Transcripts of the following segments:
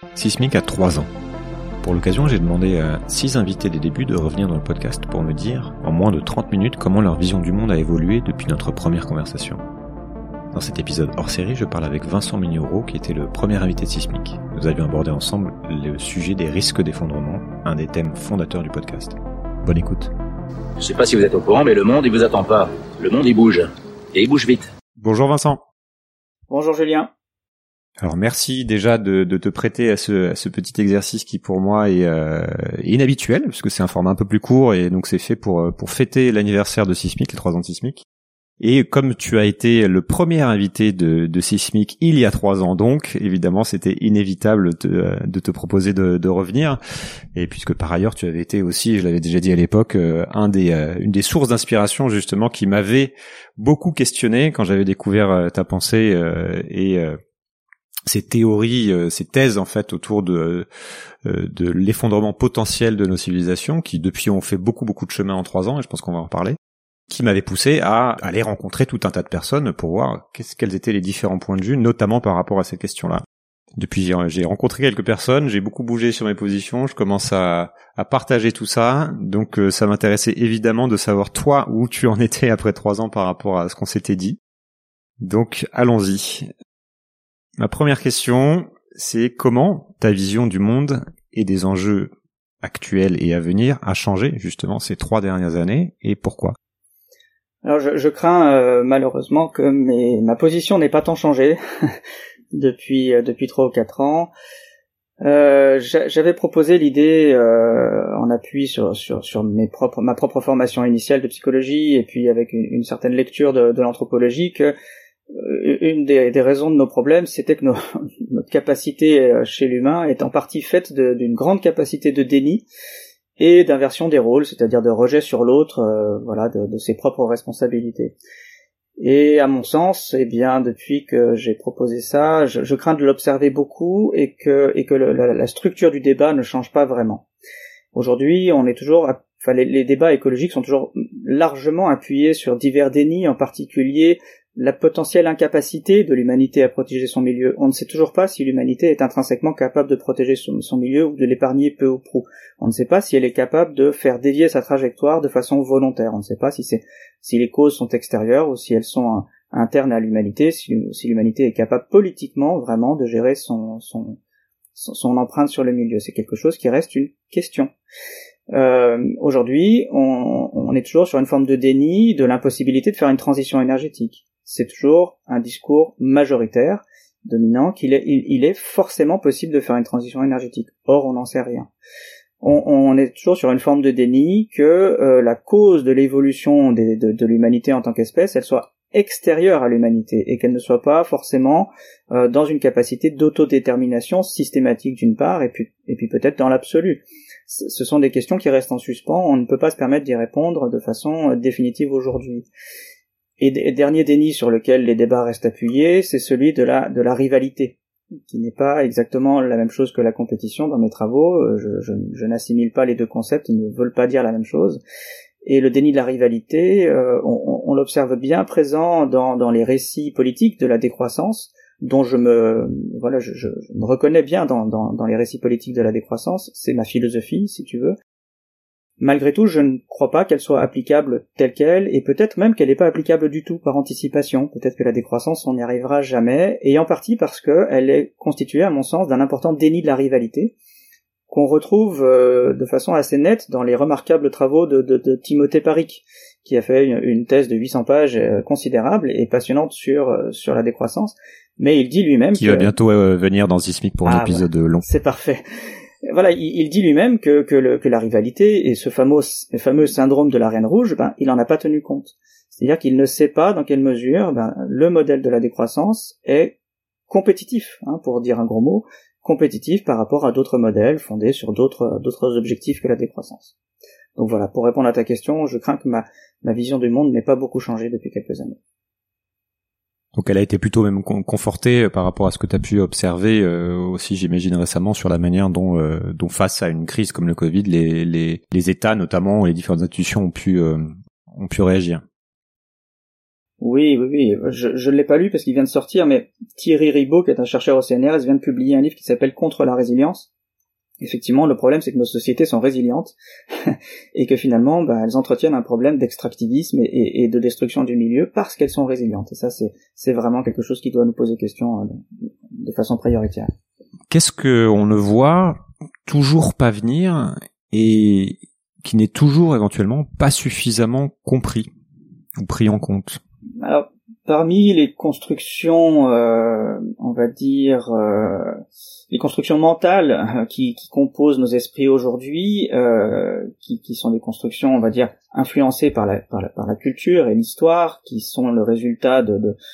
Sismic a 3 ans. Pour l'occasion, j'ai demandé à 6 invités des débuts de revenir dans le podcast pour me dire, en moins de 30 minutes, comment leur vision du monde a évolué depuis notre première conversation. Dans cet épisode hors série, je parle avec Vincent Mignoro, qui était le premier invité de Sismic. Nous avions abordé ensemble le sujet des risques d'effondrement, un des thèmes fondateurs du podcast. Bonne écoute. Je sais pas si vous êtes au courant, mais le monde, il vous attend pas. Le monde, il bouge. Et il bouge vite. Bonjour Vincent. Bonjour Julien. Alors merci déjà de te prêter à ce petit exercice qui pour moi est inhabituel, parce que c'est un format un peu plus court et donc c'est fait pour fêter l'anniversaire de Sismic, les 3 ans de Sismic. Et comme tu as été le premier invité de Sismic il y a 3 ans donc, évidemment c'était inévitable de te proposer de revenir. Et puisque par ailleurs tu avais été aussi, je l'avais déjà dit à l'époque, une des sources d'inspiration justement qui m'avait beaucoup questionné quand j'avais découvert ta pensée et ces théories, ces thèses en fait autour de l'effondrement potentiel de nos civilisations qui depuis ont fait beaucoup de chemin en 3 ans et je pense qu'on va en reparler, qui m'avait poussé à aller rencontrer tout un tas de personnes pour voir quels étaient les différents points de vue, notamment par rapport à cette question-là. Depuis, j'ai rencontré quelques personnes, j'ai beaucoup bougé sur mes positions, je commence à partager tout ça, donc ça m'intéressait évidemment de savoir toi où tu en étais après 3 ans par rapport à ce qu'on s'était dit. Donc allons-y. Ma première question, c'est comment ta vision du monde et des enjeux actuels et à venir a changé justement ces 3 dernières années et pourquoi? Alors je crains malheureusement que ma position n'ait pas tant changé depuis 3 ou 4 ans. J'avais proposé l'idée en appui sur ma propre formation initiale de psychologie et puis avec une certaine lecture de l'anthropologie que une des raisons de nos problèmes, c'était que notre capacité chez l'humain est en partie faite d'une grande capacité de déni et d'inversion des rôles, c'est-à-dire de rejet sur l'autre, de ses propres responsabilités. Et à mon sens, eh bien, depuis que j'ai proposé ça, je crains de l'observer beaucoup et que la structure du débat ne change pas vraiment. Aujourd'hui, on est toujours, les débats écologiques sont toujours largement appuyés sur divers dénis, en particulier la potentielle incapacité de l'humanité à protéger son milieu. On ne sait toujours pas si l'humanité est intrinsèquement capable de protéger son milieu ou de l'épargner peu ou prou. On ne sait pas si elle est capable de faire dévier sa trajectoire de façon volontaire. On ne sait pas si les causes sont extérieures ou si elles sont internes à l'humanité, si l'humanité est capable politiquement vraiment de gérer son empreinte sur le milieu. C'est quelque chose qui reste une question. Aujourd'hui, on est toujours sur une forme de déni de l'impossibilité de faire une transition énergétique. C'est toujours un discours majoritaire, dominant, qu'il est forcément possible de faire une transition énergétique. Or, on n'en sait rien. On est toujours sur une forme de déni que la cause de l'évolution de l'humanité en tant qu'espèce, elle soit extérieure à l'humanité et qu'elle ne soit pas forcément dans une capacité d'autodétermination systématique d'une part et puis peut-être dans l'absolu. Ce sont des questions qui restent en suspens, on ne peut pas se permettre d'y répondre de façon définitive aujourd'hui. Et dernier déni sur lequel les débats restent appuyés, c'est celui de la rivalité, qui n'est pas exactement la même chose que la compétition dans mes travaux. Je n'assimile pas les deux concepts, ils ne veulent pas dire la même chose. Et le déni de la rivalité, on l'observe bien présent dans les récits politiques de la décroissance, dont je me reconnais bien dans les récits politiques de la décroissance. C'est ma philosophie, si tu veux. Malgré tout, je ne crois pas qu'elle soit applicable telle qu'elle, et peut-être même qu'elle n'est pas applicable du tout par anticipation. Peut-être que la décroissance, on n'y arrivera jamais, et en partie parce qu'elle est constituée, à mon sens, d'un important déni de la rivalité, qu'on retrouve de façon assez nette dans les remarquables travaux de Timothée Paric, qui a fait une thèse de 800 pages considérable et passionnante sur la décroissance, mais il dit lui-même qui va bientôt venir dans Sismic pour un épisode long. C'est parfait. Voilà, il dit lui-même que la rivalité et ce fameux syndrome de la Reine Rouge, il en a pas tenu compte. C'est-à-dire qu'il ne sait pas dans quelle mesure le modèle de la décroissance est compétitif, pour dire un gros mot, compétitif par rapport à d'autres modèles fondés sur d'autres objectifs que la décroissance. Donc voilà, pour répondre à ta question, je crains que ma vision du monde n'ait pas beaucoup changé depuis quelques années. Donc elle a été plutôt même confortée par rapport à ce que tu as pu observer aussi, j'imagine, récemment sur la manière dont face à une crise comme le Covid, les États notamment, les différentes institutions ont pu réagir. Oui. Je ne l'ai pas lu parce qu'il vient de sortir, mais Thierry Ribaud, qui est un chercheur au CNRS, vient de publier un livre qui s'appelle Contre la résilience. Effectivement, le problème, c'est que nos sociétés sont résilientes et que finalement, elles entretiennent un problème d'extractivisme et de destruction du milieu parce qu'elles sont résilientes. Et ça, c'est vraiment quelque chose qui doit nous poser question de façon prioritaire. Qu'est-ce que on ne voit toujours pas venir et qui n'est toujours éventuellement pas suffisamment compris ou pris en compte? Alors, parmi les constructions, on va dire, les constructions mentales qui composent nos esprits aujourd'hui, qui sont des constructions, on va dire, influencées par la culture et l'histoire, qui sont le résultat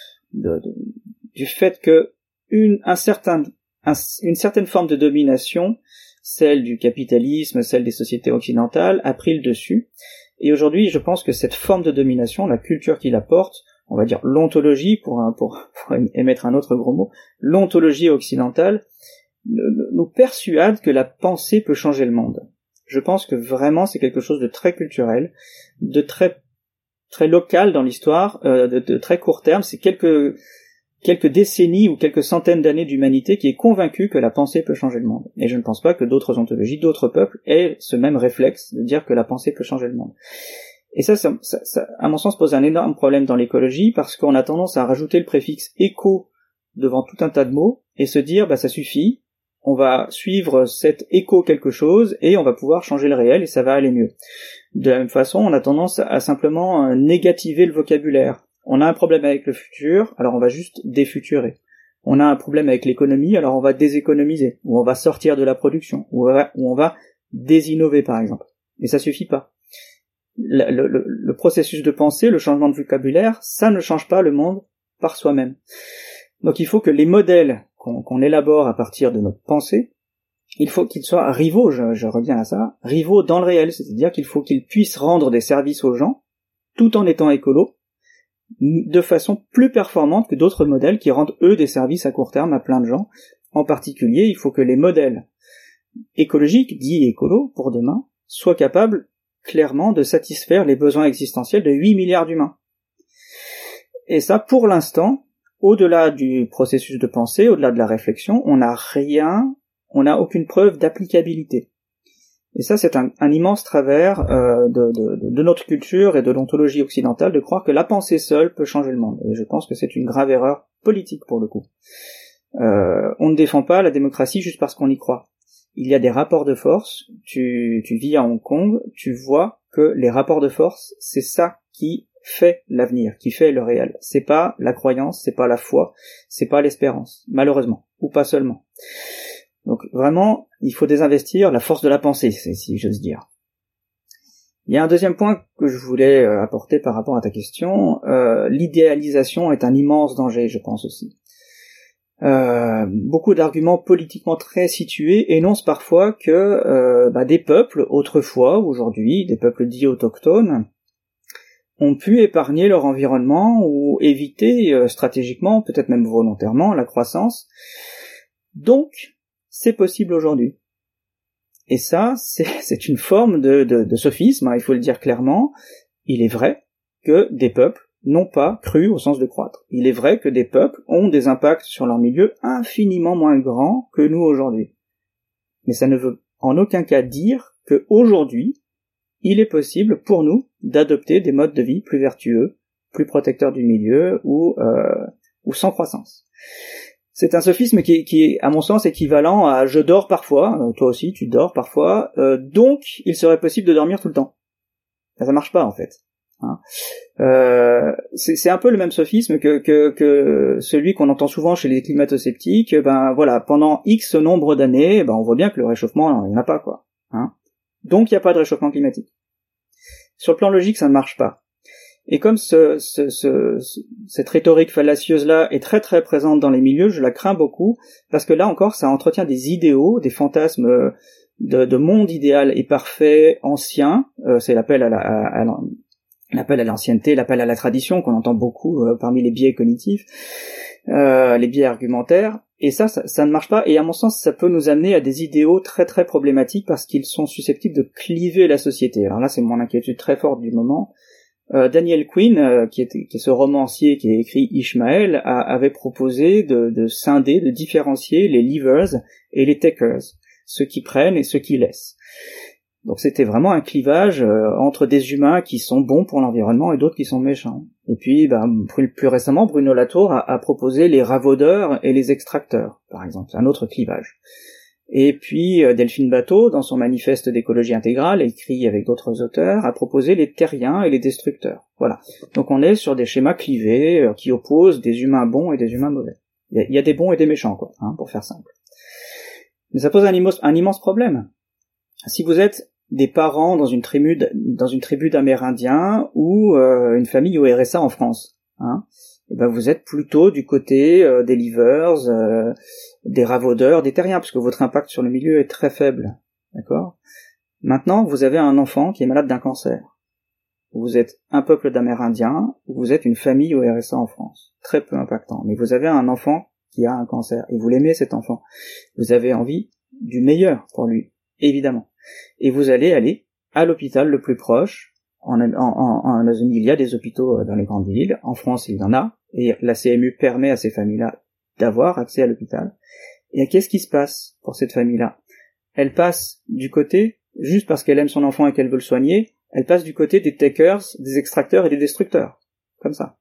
du fait que une certaine forme de domination, celle du capitalisme, celle des sociétés occidentales, a pris le dessus. Et aujourd'hui, je pense que cette forme de domination, la culture qui la porte, on va dire l'ontologie, pour émettre un autre gros mot, l'ontologie occidentale, nous persuade que la pensée peut changer le monde. Je pense que vraiment c'est quelque chose de très culturel, de très très local dans l'histoire, de très court terme. C'est quelques décennies ou quelques centaines d'années d'humanité qui est convaincue que la pensée peut changer le monde. Et je ne pense pas que d'autres ontologies, d'autres peuples aient ce même réflexe de dire que la pensée peut changer le monde. Et ça, à mon sens, pose un énorme problème dans l'écologie, parce qu'on a tendance à rajouter le préfixe éco devant tout un tas de mots, et se dire, ça suffit, on va suivre cet éco quelque chose, et on va pouvoir changer le réel, et ça va aller mieux. De la même façon, on a tendance à simplement négativer le vocabulaire. On a un problème avec le futur, alors on va juste défuturer. On a un problème avec l'économie, alors on va déséconomiser, ou on va sortir de la production, ou on va désinnover, par exemple. Et ça suffit pas. Le processus de pensée, le changement de vocabulaire, ça ne change pas le monde par soi-même. Donc il faut que les modèles qu'on élabore à partir de notre pensée, il faut qu'ils soient rivaux, je reviens à ça, rivaux dans le réel, c'est-à-dire qu'il faut qu'ils puissent rendre des services aux gens, tout en étant écolos, de façon plus performante que d'autres modèles qui rendent eux des services à court terme à plein de gens. En particulier, il faut que les modèles écologiques, dits écolos, pour demain, soient capables clairement de satisfaire les besoins existentiels de 8 milliards d'humains. Et ça, pour l'instant, au-delà du processus de pensée, au-delà de la réflexion, on n'a aucune preuve d'applicabilité. Et ça, c'est un immense travers de notre culture et de l'ontologie occidentale, de croire que la pensée seule peut changer le monde. Et je pense que c'est une grave erreur politique, pour le coup. On ne défend pas la démocratie juste parce qu'on y croit. Il y a des rapports de force, tu vis à Hong Kong, tu vois que les rapports de force, c'est ça qui fait l'avenir, qui fait le réel. C'est pas la croyance, c'est pas la foi, c'est pas l'espérance, malheureusement, ou pas seulement. Donc vraiment, il faut désinvestir la force de la pensée, si j'ose dire. Il y a un deuxième point que je voulais apporter par rapport à ta question. L'idéalisation est un immense danger, je pense aussi. Beaucoup d'arguments politiquement très situés énoncent parfois que des peuples, autrefois, aujourd'hui, des peuples dits autochtones, ont pu épargner leur environnement ou éviter stratégiquement, peut-être même volontairement, la croissance. Donc, c'est possible aujourd'hui. Et ça, c'est une forme de sophisme, il faut le dire clairement. Il est vrai que des peuples n'ont pas cru au sens de croître. Il est vrai que des peuples ont des impacts sur leur milieu infiniment moins grands que nous aujourd'hui. Mais ça ne veut en aucun cas dire qu'aujourd'hui, il est possible pour nous d'adopter des modes de vie plus vertueux, plus protecteurs du milieu ou sans croissance. C'est un sophisme qui est, à mon sens, équivalent à « je dors parfois », toi aussi tu dors parfois, donc il serait possible de dormir tout le temps. Ça marche pas en fait. C'est un peu le même sophisme que celui qu'on entend souvent chez les climato-sceptiques. Pendant X nombre d'années, on voit bien que le réchauffement, il n'y en a pas, quoi. Donc il n'y a pas de réchauffement climatique. Sur le plan logique, ça ne marche pas. Et comme cette rhétorique fallacieuse-là est très très présente dans les milieux, je la crains beaucoup, parce que là encore, ça entretient des idéaux, des fantasmes de monde idéal et parfait, ancien. C'est l'appel à l'ancienneté, l'appel à la tradition qu'on entend beaucoup parmi les biais cognitifs, les biais argumentaires. Et ça ne marche pas, et à mon sens, ça peut nous amener à des idéaux très très problématiques parce qu'ils sont susceptibles de cliver la société. Alors là, c'est mon inquiétude très forte du moment. Daniel Quinn, qui est ce romancier qui a écrit Ishmael, avait proposé de scinder, de différencier les leavers et les takers, ceux qui prennent et ceux qui laissent. Donc c'était vraiment un clivage entre des humains qui sont bons pour l'environnement et d'autres qui sont méchants. Et puis, plus récemment, Bruno Latour a proposé les ravaudeurs et les extracteurs, par exemple. C'est un autre clivage. Et puis, Delphine Batho, dans son manifeste d'écologie intégrale, écrit avec d'autres auteurs, a proposé les terriens et les destructeurs. Voilà. Donc on est sur des schémas clivés qui opposent des humains bons et des humains mauvais. Il y a des bons et des méchants, quoi, pour faire simple. Mais ça pose un immense problème. Si vous êtes des parents dans une tribu d'Amérindiens ou une famille au RSA en France, et vous êtes plutôt du côté des leavers, des ravaudeurs, des terriens, parce que votre impact sur le milieu est très faible, d'accord ? Maintenant, vous avez un enfant qui est malade d'un cancer. Vous êtes un peuple d'Amérindiens, vous êtes une famille au RSA en France, très peu impactant, mais vous avez un enfant qui a un cancer, et vous l'aimez cet enfant. Vous avez envie du meilleur pour lui, évidemment. Et vous allez aller à l'hôpital le plus proche. En Amazonie, il y a des hôpitaux dans les grandes villes. En France, il y en a. Et la CMU permet à ces familles-là d'avoir accès à l'hôpital. Et qu'est-ce qui se passe pour cette famille-là ? Elle passe du côté, juste parce qu'elle aime son enfant et qu'elle veut le soigner, elle passe du côté des takers, des extracteurs et des destructeurs. Comme ça.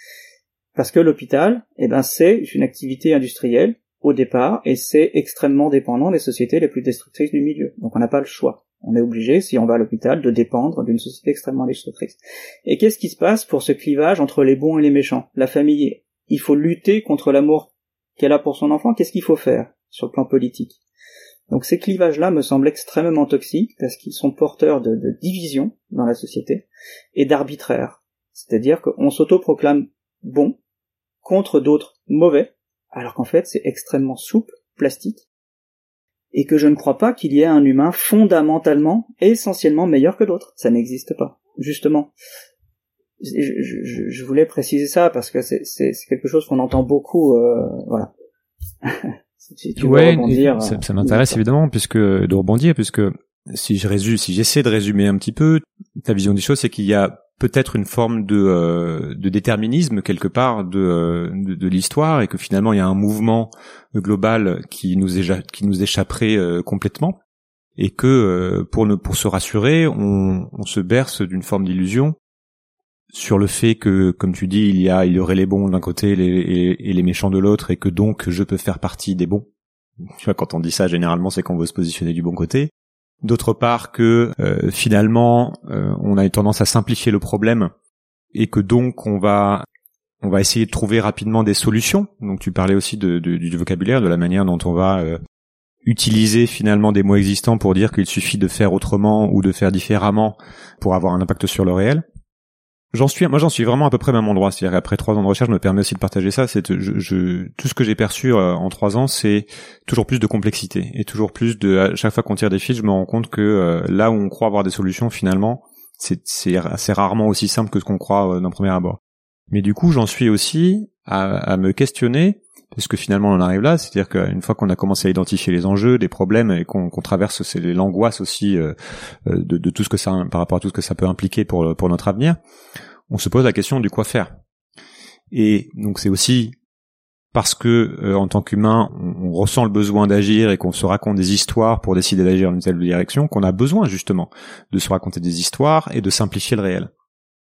Parce que l'hôpital, c'est une activité industrielle au départ, et c'est extrêmement dépendant des sociétés les plus destructrices du milieu. Donc on n'a pas le choix. On est obligé, si on va à l'hôpital, de dépendre d'une société extrêmement destructrice. Et qu'est-ce qui se passe pour ce clivage entre les bons et les méchants ? La famille, il faut lutter contre l'amour qu'elle a pour son enfant. Qu'est-ce qu'il faut faire sur le plan politique ? Donc ces clivages-là me semblent extrêmement toxiques, parce qu'ils sont porteurs de division dans la société, et d'arbitraire. C'est-à-dire qu'on s'autoproclame bon contre d'autres mauvais, alors qu'en fait c'est extrêmement souple, plastique, et que je ne crois pas qu'il y ait un humain fondamentalement, essentiellement meilleur que d'autres. Ça n'existe pas, justement. Je voulais préciser ça, parce que c'est quelque chose qu'on entend beaucoup, voilà. Si tu veux rebondir, ça m'intéresse évidemment, puisque si j'essaie de résumer un petit peu, ta vision des choses, c'est qu'il y a peut-être une forme de déterminisme quelque part de l'histoire, et que finalement il y a un mouvement global qui nous échapperait complètement, et que pour se rassurer, on se berce d'une forme d'illusion sur le fait que, comme tu dis, il y aurait les bons d'un côté et les méchants de l'autre, et que donc je peux faire partie des bons. Tu vois, quand on dit ça, généralement c'est qu'on veut se positionner du bon côté. D'autre part que finalement on a tendance à simplifier le problème, et que donc on va essayer de trouver rapidement des solutions. Donc tu parlais aussi du vocabulaire, de la manière dont on va utiliser finalement des mots existants pour dire qu'il suffit de faire autrement ou de faire différemment pour avoir un impact sur le réel. J'en suis vraiment à peu près au même endroit. C'est-à-dire qu'après 3 ans de recherche, je me permets aussi de partager ça. Tout ce que j'ai perçu en 3 ans, c'est toujours plus de complexité, et toujours plus à chaque fois qu'on tire des fils, je me rends compte que là où on croit avoir des solutions, finalement, c'est assez rarement aussi simple que ce qu'on croit d'un premier abord. Mais du coup, j'en suis aussi à me questionner, parce que finalement on en arrive là, c'est-à-dire qu'une fois qu'on a commencé à identifier les enjeux, les problèmes, et qu'on traverse l'angoisse aussi de tout ce que ça, par rapport à tout ce que ça peut impliquer pour notre avenir, on se pose la question du quoi faire. Et donc c'est aussi parce que en tant qu'humain, on ressent le besoin d'agir, et qu'on se raconte des histoires pour décider d'agir dans une telle direction, qu'on a besoin justement de se raconter des histoires et de simplifier le réel.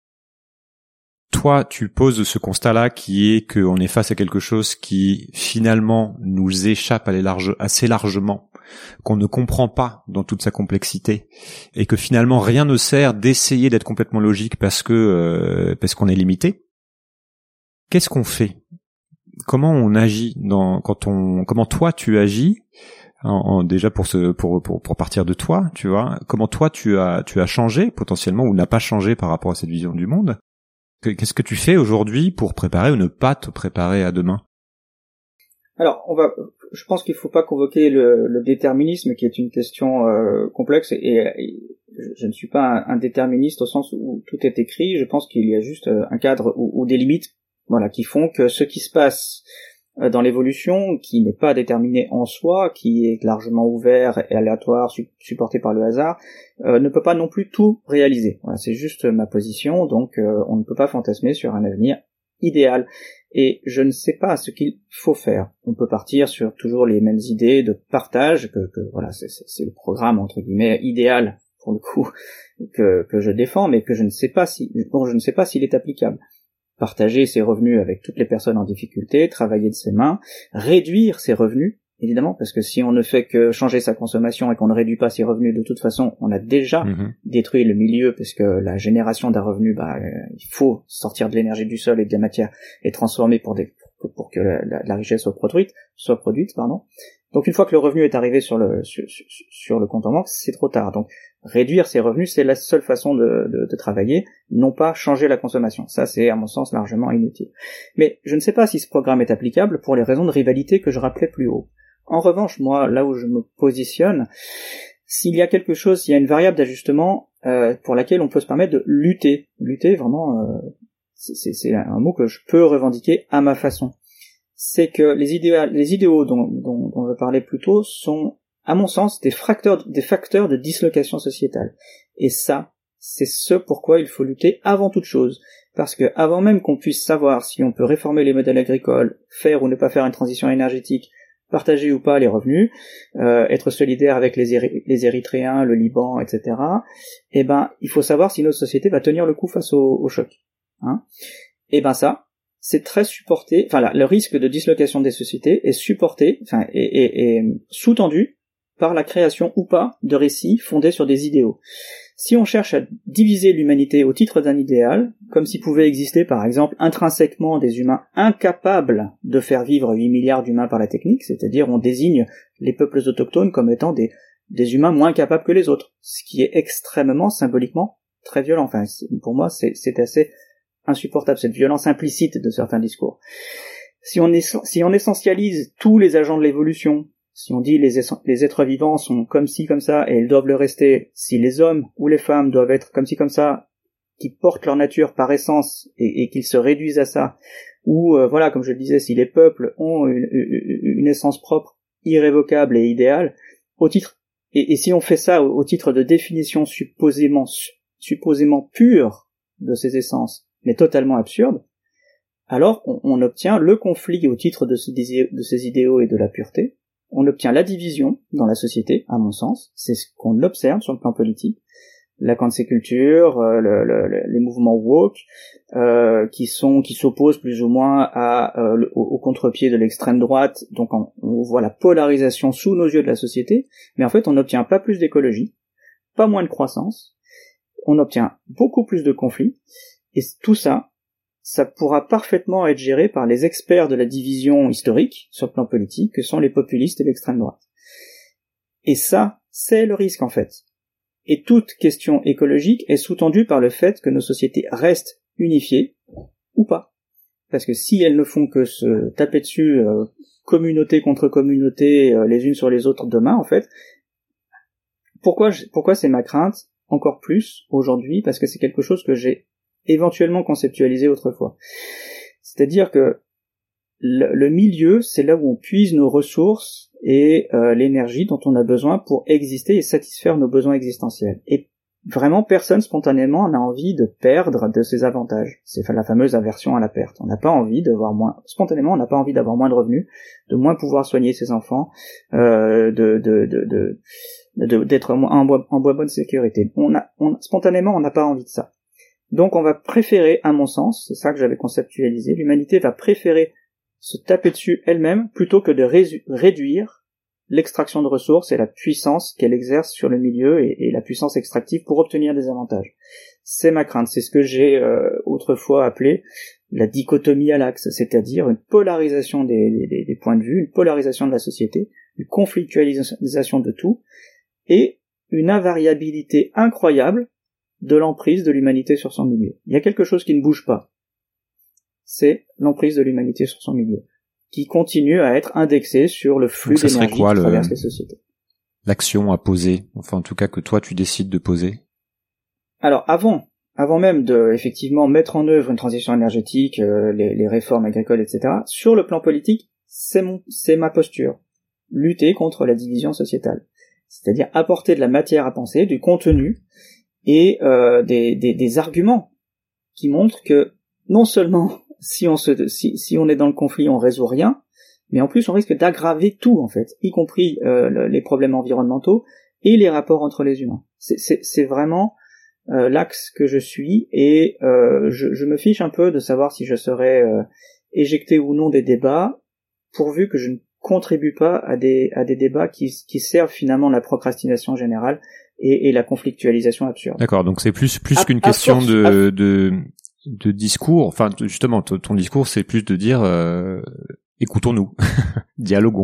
Toi, tu poses ce constat-là, qui est qu'on est face à quelque chose qui finalement nous échappe assez largement, qu'on ne comprend pas dans toute sa complexité, et que finalement rien ne sert d'essayer d'être complètement logique parce qu'on est limité. Qu'est-ce qu'on fait ? Comment on agit comment toi tu agis déjà pour partir de toi, tu vois ? Comment toi tu as changé potentiellement, ou n'as pas changé par rapport à cette vision du monde ? Qu'est-ce que tu fais aujourd'hui pour préparer ou ne pas te préparer à demain ? Alors, je pense qu'il faut pas convoquer le déterminisme, qui est une question complexe, et je ne suis pas un déterministe au sens où tout est écrit. Je pense qu'il y a juste un cadre ou des limites, voilà, qui font que ce qui se passe dans l'évolution, qui n'est pas déterminé en soi, qui est largement ouvert et aléatoire, supporté par le hasard, ne peut pas non plus tout réaliser. Voilà, c'est juste ma position, donc on ne peut pas fantasmer sur un avenir idéal. Et je ne sais pas ce qu'il faut faire. On peut partir sur toujours les mêmes idées de partage, que voilà, c'est le programme entre guillemets idéal pour le coup que je défends, mais que je ne sais pas s'il est applicable. Partager ses revenus avec toutes les personnes en difficulté, travailler de ses mains, réduire ses revenus, évidemment, parce que si on ne fait que changer sa consommation et qu'on ne réduit pas ses revenus, de toute façon, on a déjà détruit le milieu, parce que la génération d'un revenu, il faut sortir de l'énergie du sol et de la matière et transformer pour que la richesse soit produite, Donc une fois que le revenu est arrivé sur le compte en banque, c'est trop tard. Donc réduire ses revenus, c'est la seule façon de travailler, non pas changer la consommation. Ça, c'est à mon sens largement inutile. Mais je ne sais pas si ce programme est applicable pour les raisons de rivalité que je rappelais plus haut. En revanche, moi, là où je me positionne, s'il y a une variable d'ajustement pour laquelle on peut se permettre de lutter vraiment, c'est un mot que je peux revendiquer à ma façon. C'est que les idéaux dont je parlais plus tôt sont, à mon sens, des facteurs de dislocation sociétale. Et ça, c'est ce pourquoi il faut lutter avant toute chose. Parce que avant même qu'on puisse savoir si on peut réformer les modèles agricoles, faire ou ne pas faire une transition énergétique, partager ou pas les revenus, être solidaire avec les Érythréens, le Liban, etc., il faut savoir si notre société va tenir le coup face au choc. Ça, c'est très supporté, le risque de dislocation des sociétés est supporté, est sous-tendu par la création ou pas de récits fondés sur des idéaux. Si on cherche à diviser l'humanité au titre d'un idéal, comme s'il pouvait exister par exemple intrinsèquement des humains incapables de faire vivre 8 milliards d'humains par la technique, c'est-à-dire on désigne les peuples autochtones comme étant des humains moins capables que les autres, ce qui est extrêmement symboliquement très violent. Pour moi, c'est assez insupportable, cette violence implicite de certains discours. Si on essentialise tous les agents de l'évolution, si on dit les êtres vivants sont comme ci, comme ça, et ils doivent le rester, si les hommes ou les femmes doivent être comme ci, comme ça, qui portent leur nature par essence, et qu'ils se réduisent à ça, ou comme je le disais, si les peuples ont une essence propre, irrévocable et idéale, et si on fait ça au titre de définition supposément pure de ces essences, mais totalement absurde, alors on obtient le conflit au titre de ces idéaux et de la pureté, on obtient la division dans la société, à mon sens, c'est ce qu'on observe sur le plan politique, la cancel culture, les mouvements woke, qui s'opposent plus ou moins au contre-pied de l'extrême droite, donc on voit la polarisation sous nos yeux de la société, mais en fait on n'obtient pas plus d'écologie, pas moins de croissance, on obtient beaucoup plus de conflits, et tout ça pourra parfaitement être géré par les experts de la division historique, sur le plan politique, que sont les populistes et l'extrême droite. Et ça, c'est le risque en fait. Et toute question écologique est sous-tendue par le fait que nos sociétés restent unifiées, ou pas. Parce que si elles ne font que se taper dessus, communauté contre communauté, les unes sur les autres demain, en fait, pourquoi c'est ma crainte, encore plus, aujourd'hui, parce que c'est quelque chose que j'ai éventuellement conceptualisé autrefois. C'est-à-dire que le milieu, c'est là où on puise nos ressources et l'énergie dont on a besoin pour exister et satisfaire nos besoins existentiels. Et vraiment, personne spontanément n'a envie de perdre de ses avantages. C'est la fameuse aversion à la perte. On n'a pas envie d'avoir moins, spontanément, on n'a pas envie d'avoir moins de revenus, de moins pouvoir soigner ses enfants, d'être en bonne sécurité. Spontanément, on n'a pas envie de ça. Donc on va préférer, à mon sens, c'est ça que j'avais conceptualisé, l'humanité va préférer se taper dessus elle-même plutôt que de réduire l'extraction de ressources et la puissance qu'elle exerce sur le milieu et la puissance extractive pour obtenir des avantages. C'est ma crainte, c'est ce que j'ai autrefois appelé la dichotomie à l'axe, c'est-à-dire une polarisation des points de vue, une polarisation de la société, une conflictualisation de tout, et une invariabilité incroyable de l'emprise de l'humanité sur son milieu. Il y a quelque chose qui ne bouge pas. C'est l'emprise de l'humanité sur son milieu, qui continue à être indexé sur le flux d'énergie qui traverse les sociétés. L'action à poser, enfin en tout cas que toi tu décides de poser? Alors avant même de effectivement mettre en œuvre une transition énergétique, les réformes agricoles, etc., sur le plan politique, c'est ma posture. Lutter contre la division sociétale. C'est-à-dire apporter de la matière à penser, du contenu, et des arguments qui montrent que non seulement si on est dans le conflit, on résout rien, mais en plus on risque d'aggraver tout en fait, y compris les problèmes environnementaux et les rapports entre les humains. C'est vraiment l'axe que je suis, et je me fiche un peu de savoir si je serai éjecté ou non des débats, pourvu que je ne contribue pas à des débats qui servent finalement la procrastination générale et la conflictualisation absurde. D'accord, donc c'est plus qu'une question de discours. Enfin, justement, ton discours, c'est plus de dire écoutons-nous, dialoguons.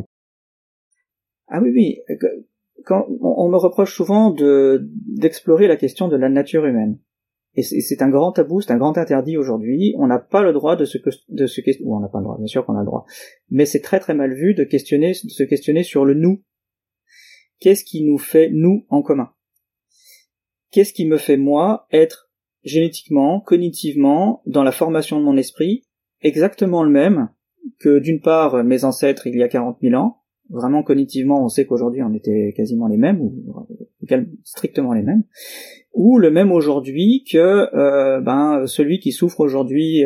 Ah oui. Quand on me reproche souvent d'explorer la question de la nature humaine, et c'est un grand tabou, c'est un grand interdit aujourd'hui. On n'a pas le droit de se questionner. On n'a pas le droit, bien sûr qu'on a le droit, mais c'est très très mal vu de se questionner sur le nous. Qu'est-ce qui nous fait nous en commun? Qu'est-ce qui me fait moi être génétiquement, cognitivement, dans la formation de mon esprit, exactement le même que d'une part mes ancêtres il y a 40 000 ans. Vraiment cognitivement, on sait qu'aujourd'hui on était quasiment les mêmes, ou strictement les mêmes, ou le même aujourd'hui que celui qui souffre aujourd'hui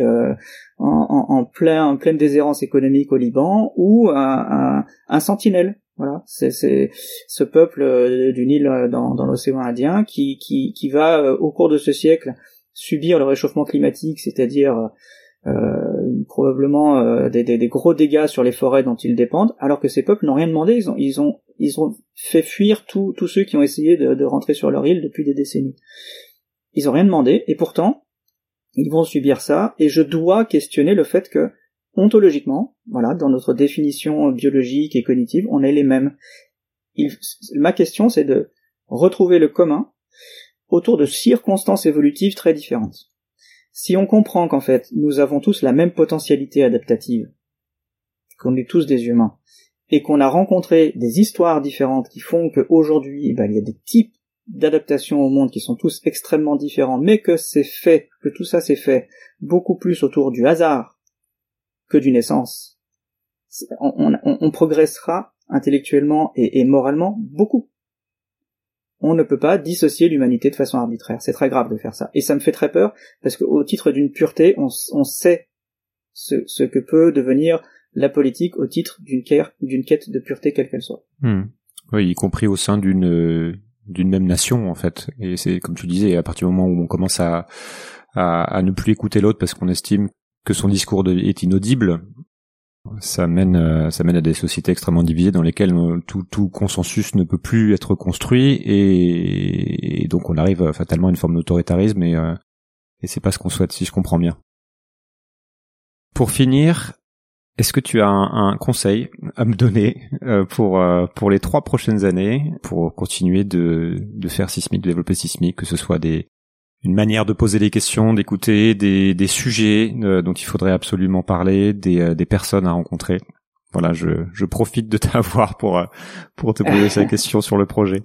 en pleine déshérence économique au Liban, ou un sentinelle. Voilà, c'est ce peuple du Nil dans l'océan Indien qui va au cours de ce siècle subir le réchauffement climatique, c'est-à-dire probablement des gros dégâts sur les forêts dont ils dépendent, alors que ces peuples n'ont rien demandé. Ils ont fait fuir tous ceux qui ont essayé de rentrer sur leur île depuis des décennies. Ils ont rien demandé, et pourtant ils vont subir ça, et je dois questionner le fait que ontologiquement, voilà, dans notre définition biologique et cognitive, on est les mêmes. Ma question, c'est de retrouver le commun autour de circonstances évolutives très différentes. Si on comprend qu'en fait, nous avons tous la même potentialité adaptative, qu'on est tous des humains, et qu'on a rencontré des histoires différentes qui font qu'aujourd'hui, il y a des types d'adaptation au monde qui sont tous extrêmement différents, mais que tout ça s'est fait beaucoup plus autour du hasard que d'une essence, on progressera intellectuellement et moralement beaucoup. On ne peut pas dissocier l'humanité de façon arbitraire. C'est très grave de faire ça. Et ça me fait très peur, parce qu'au titre d'une pureté, on sait ce que peut devenir la politique au titre d'une quête de pureté quelle qu'elle soit. Oui, y compris au sein d'une même nation, en fait. Et c'est, comme tu disais, à partir du moment où on commence à ne plus écouter l'autre parce qu'on estime que son discours est inaudible, ça mène à des sociétés extrêmement divisées dans lesquelles tout consensus ne peut plus être construit, et donc on arrive fatalement à une forme d'autoritarisme, et c'est pas ce qu'on souhaite, si je comprends bien. Pour finir, est-ce que tu as un conseil à me donner pour les 3 prochaines années, pour continuer de faire Sismic, de développer Sismic, que ce soit une manière de poser des questions, d'écouter des sujets dont il faudrait absolument parler, des personnes à rencontrer. Voilà, je profite de t'avoir pour te poser ces questions sur le projet.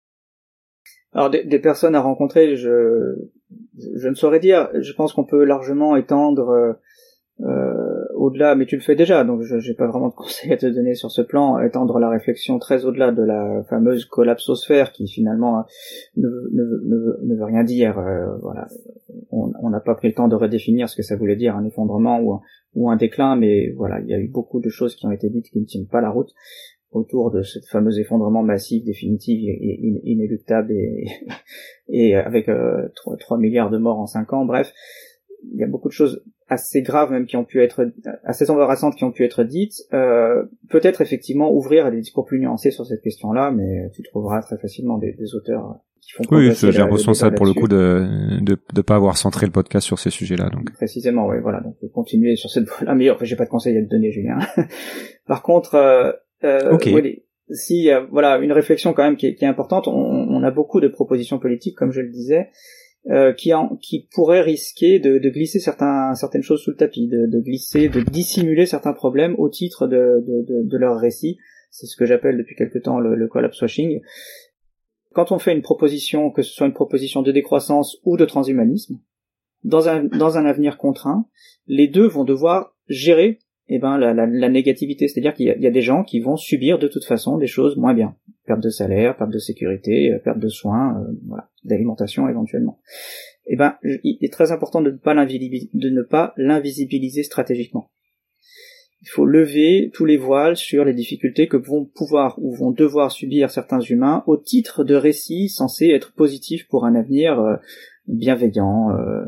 Alors des personnes à rencontrer, je ne saurais dire. Je pense qu'on peut largement étendre au-delà, mais tu le fais déjà, donc j'ai pas vraiment de conseils à te donner sur ce plan, étendre la réflexion très au-delà de la fameuse collapsosphère qui finalement ne veut rien dire. Voilà, on n'a pas pris le temps de redéfinir ce que ça voulait dire, un effondrement ou un déclin, mais voilà, il y a eu beaucoup de choses qui ont été dites qui ne tiennent pas la route autour de ce fameux effondrement massif, définitif et inéluctable, et avec 3 milliards de morts en 5 ans. Bref, il y a beaucoup de choses assez graves même qui ont pu être assez embarrassantes qui ont pu être dites. Peut-être effectivement ouvrir à des discours plus nuancés sur cette question-là, mais tu trouveras très facilement des auteurs qui font progresser. Oui, j'ai l'impression ça pour le coup de pas avoir centré le podcast sur ces sujets-là. Donc précisément, oui, voilà. Donc continuer sur cette voie-là. Mais j'ai pas de conseils à te donner, Julien. Par contre, okay. Oui, si voilà une réflexion quand même qui est importante. On a beaucoup de propositions politiques, comme je le disais, qui pourraient risquer de glisser certaines choses sous le tapis, de dissimuler certains problèmes au titre de leur récit. C'est ce que j'appelle depuis quelque temps le collapse washing. Quand on fait une proposition, que ce soit une proposition de décroissance ou de transhumanisme, dans un avenir contraint, les deux vont devoir gérer la négativité, c'est-à-dire qu'il y a des gens qui vont subir de toute façon des choses moins bien, perte de salaire, perte de sécurité, perte de soins, d'alimentation éventuellement. Il est très important de ne pas l'invisibiliser stratégiquement. Il faut lever tous les voiles sur les difficultés que vont pouvoir ou vont devoir subir certains humains au titre de récits censés être positifs pour un avenir bienveillant,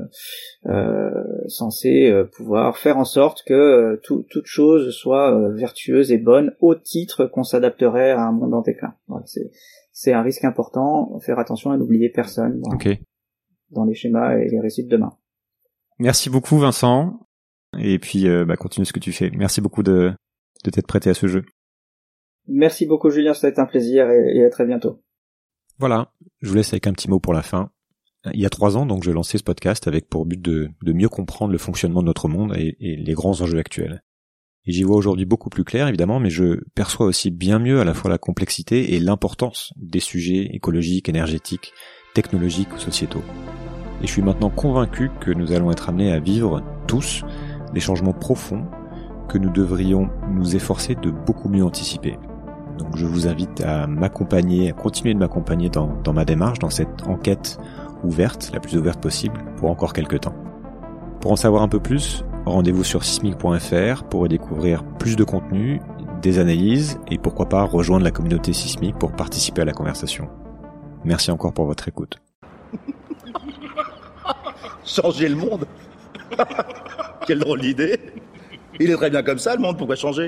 censé pouvoir faire en sorte que toute chose soit vertueuse et bonne au titre qu'on s'adapterait à un monde en déclin. Voilà, c'est un risque important, faire attention à n'oublier personne dans les schémas et les récits de demain. Merci beaucoup Vincent, et puis continue ce que tu fais. Merci beaucoup de t'être prêté à ce jeu. Merci beaucoup Julien, ça a été un plaisir et à très bientôt. Voilà, je vous laisse avec un petit mot pour la fin. Il y a 3 ans, donc, j'ai lancé ce podcast avec pour but de mieux comprendre le fonctionnement de notre monde et les grands enjeux actuels. Et j'y vois aujourd'hui beaucoup plus clair, évidemment, mais je perçois aussi bien mieux à la fois la complexité et l'importance des sujets écologiques, énergétiques, technologiques ou sociétaux. Et je suis maintenant convaincu que nous allons être amenés à vivre, tous, des changements profonds que nous devrions nous efforcer de beaucoup mieux anticiper. Donc je vous invite à m'accompagner, à continuer de m'accompagner dans ma démarche, dans cette enquête ouverte, la plus ouverte possible, pour encore quelques temps. Pour en savoir un peu plus, rendez-vous sur sismic.fr pour découvrir plus de contenu, des analyses et pourquoi pas rejoindre la communauté Sismic pour participer à la conversation. Merci encore pour votre écoute. Changer le monde. Quelle drôle d'idée. Il est très bien comme ça, le monde, pourquoi changer ?